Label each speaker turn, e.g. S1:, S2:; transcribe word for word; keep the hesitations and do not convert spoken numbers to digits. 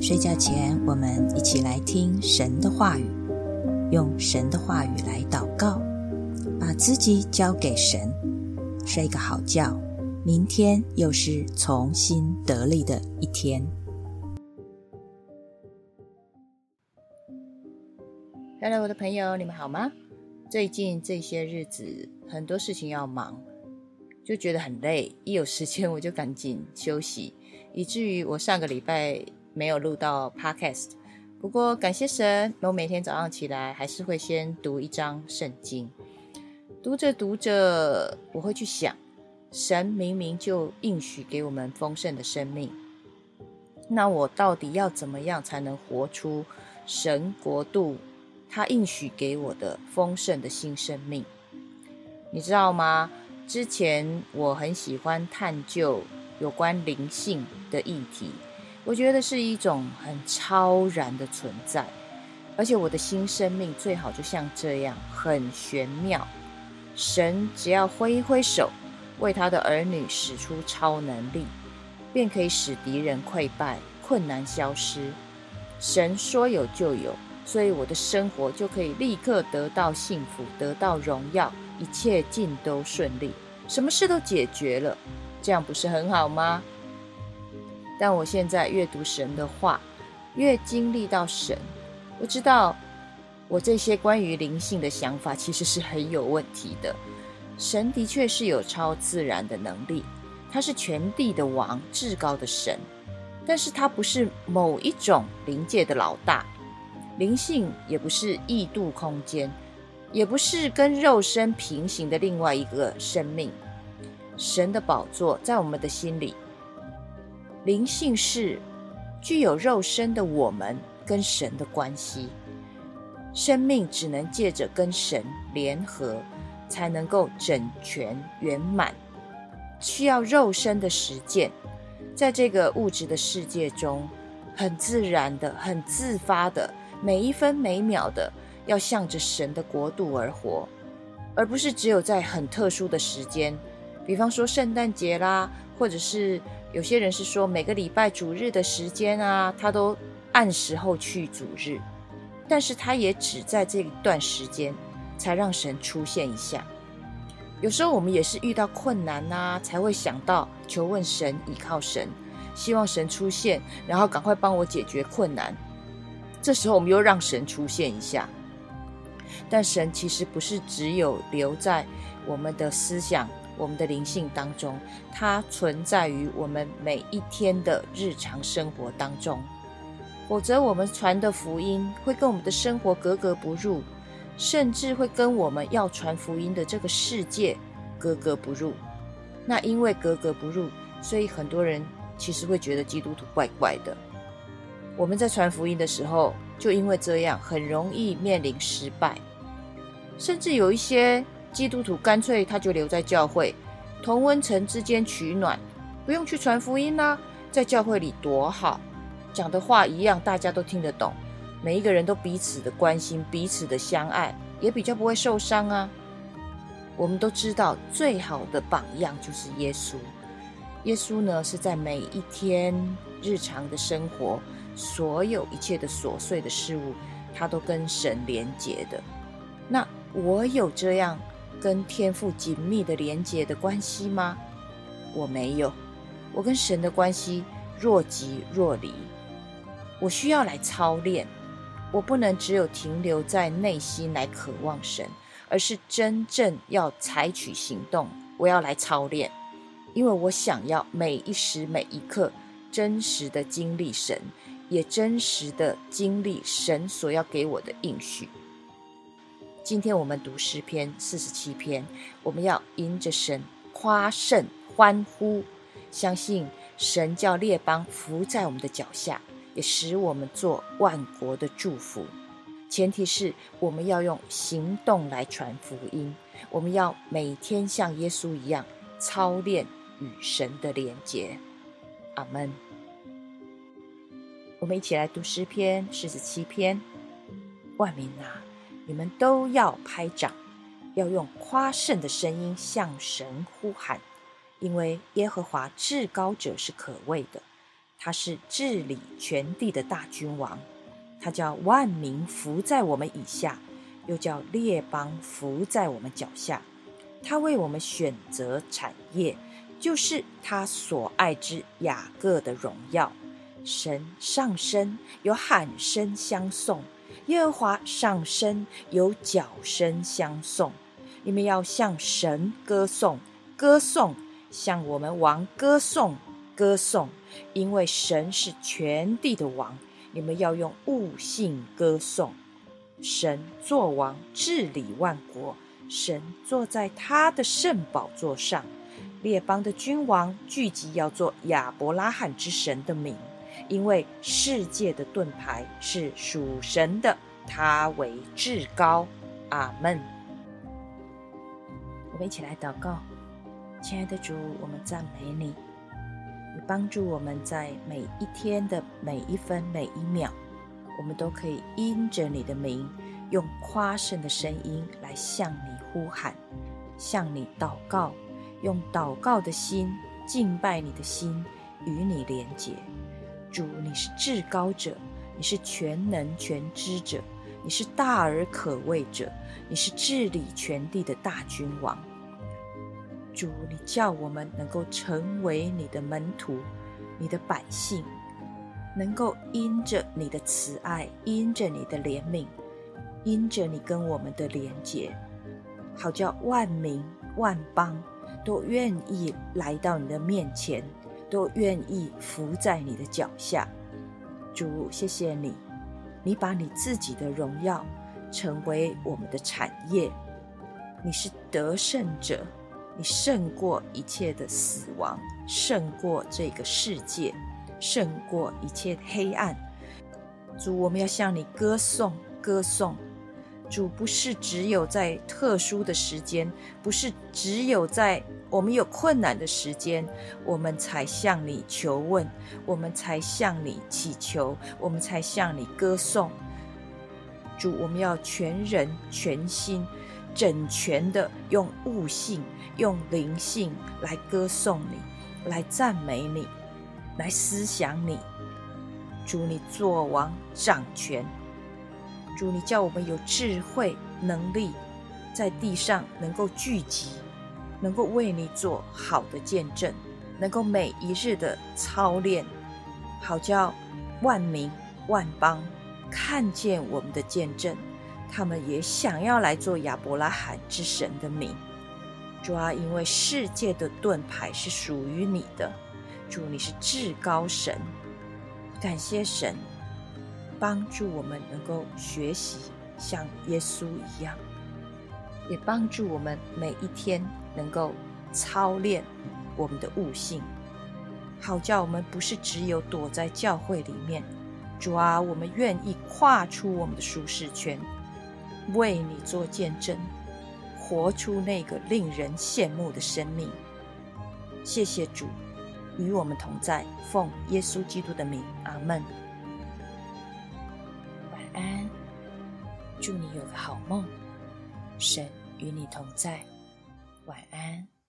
S1: 睡觉前，我们一起来听神的话语，用神的话语来祷告，把自己交给神，睡个好觉，明天又是重新得力的一天。Hello， 我的朋友，你们好吗？最近这些日子很多事情要忙，就觉得很累，一有时间我就赶紧休息，以至于我上个礼拜没有录到 podcast。 不过感谢神，我每天早上起来还是会先读一章圣经，读着读着我会去想，神明明就应许给我们丰盛的生命，那我到底要怎么样才能活出神国度他应许给我的丰盛的新生命？你知道吗？之前我很喜欢探究有关灵性的议题，我觉得是一种很超然的存在，而且我的新生命最好就像这样，很玄妙。神只要挥一挥手，为他的儿女使出超能力，便可以使敌人溃败，困难消失。神说有就有，所以我的生活就可以立刻得到幸福，得到荣耀，一切尽都顺利，什么事都解决了，这样不是很好吗？但我现在越读神的话，越经历到神，我知道我这些关于灵性的想法其实是很有问题的。神的确是有超自然的能力，他是全地的王，至高的神，但是他不是某一种灵界的老大，灵性也不是异度空间，也不是跟肉身平行的另外一个生命。神的宝座在我们的心里，灵性是具有肉身的我们跟神的关系，生命只能借着跟神联合才能够整全圆满，需要肉身的实践，在这个物质的世界中很自然的很自发的每一分每秒的要向着神的国度而活，而不是只有在很特殊的时间，比方说圣诞节啦，或者是有些人是说每个礼拜主日的时间啊，他都按时候去主日，但是他也只在这一段时间才让神出现一下。有时候我们也是遇到困难啊，才会想到求问神，倚靠神，希望神出现，然后赶快帮我解决困难。这时候我们又让神出现一下，但神其实不是只有留在我们的思想我们的灵性当中，它存在于我们每一天的日常生活当中，否则我们传的福音会跟我们的生活格格不入，甚至会跟我们要传福音的这个世界格格不入。那因为格格不入，所以很多人其实会觉得基督徒怪怪的。我们在传福音的时候，就因为这样很容易面临失败，甚至有一些基督徒干脆他就留在教会，同温层之间取暖，不用去传福音啦，在教会里多好，讲的话一样，大家都听得懂，每一个人都彼此的关心，彼此的相爱，也比较不会受伤啊。我们都知道最好的榜样就是耶稣，耶稣呢是在每一天日常的生活，所有一切的琐碎的事物，他都跟神连结的。那我有这样跟天父紧密的连结的关系吗？我没有，我跟神的关系若即若离。我需要来操练，我不能只有停留在内心来渴望神，而是真正要采取行动。我要来操练，因为我想要每一时每一刻真实的经历神，也真实的经历神所要给我的应许。今天我们读诗篇四十七篇，我们要迎着神夸胜欢呼，相信神叫列邦伏在我们的脚下，也使我们做万国的祝福。前提是我们要用行动来传福音，我们要每天像耶稣一样操练与神的连结。阿们。我们一起来读诗篇四十七篇。万民啊，你们都要拍掌，要用夸胜的声音向神呼喊，因为耶和华至高者是可畏的， 他是治理全地的大君王，他叫万民服在我们以下，又叫列邦服在我们脚下。他为我们选择产业，就是他所爱之雅各的荣耀。神上升，有喊声相送；耶和华上升，有角声相送。你们要向神歌颂，歌颂，向我们王歌颂，歌颂，因为神是全地的王。你们要用悟性歌颂。神作王，治理万国。神坐在他的圣宝座上，列邦的君王聚集，要做亚伯拉罕之神的名，因为世界的盾牌是属神的，他为至高。阿们。我们一起来祷告。亲爱的主，我们赞美你，你帮助我们在每一天的每一分每一秒，我们都可以因着你的名，用夸胜的声音来向你呼喊，向你祷告，用祷告的心，敬拜你的心，与你连结。主，你是至高者，你是全能全知者，你是大而可畏者，你是治理全地的大君王。主，你叫我们能够成为你的门徒，你的百姓，能够因着你的慈爱，因着你的怜悯，因着你跟我们的连结，好叫万民万邦都愿意来到你的面前，都愿意伏在你的脚下。主，谢谢你，你把你自己的荣耀成为我们的产业。你是得胜者，你胜过一切的死亡，胜过这个世界，胜过一切的黑暗。主，我们要向你歌颂歌颂。主，不是只有在特殊的时间，不是只有在我们有困难的时间，我们才向你求问，我们才向你祈求，我们才向你歌颂。主，我们要全人全心整全的用悟性，用灵性来歌颂你，来赞美你，来思想你。主，你作王掌权。主，你叫我们有智慧能力，在地上能够聚集，能够为你做好的见证，能够每一日的操练，好叫万民万邦看见我们的见证，他们也想要来做亚伯拉罕之神的名。主啊，因为世界的盾牌是属于你的，主，你是至高神。感谢神帮助我们能够学习像耶稣一样，也帮助我们每一天能够操练我们的悟性，好叫我们不是只有躲在教会里面。主啊，我们愿意跨出我们的舒适圈，为你做见证，活出那个令人羡慕的生命。谢谢主与我们同在，奉耶稣基督的名，阿们。晚安，祝你有个好梦，神与你同在，晚安。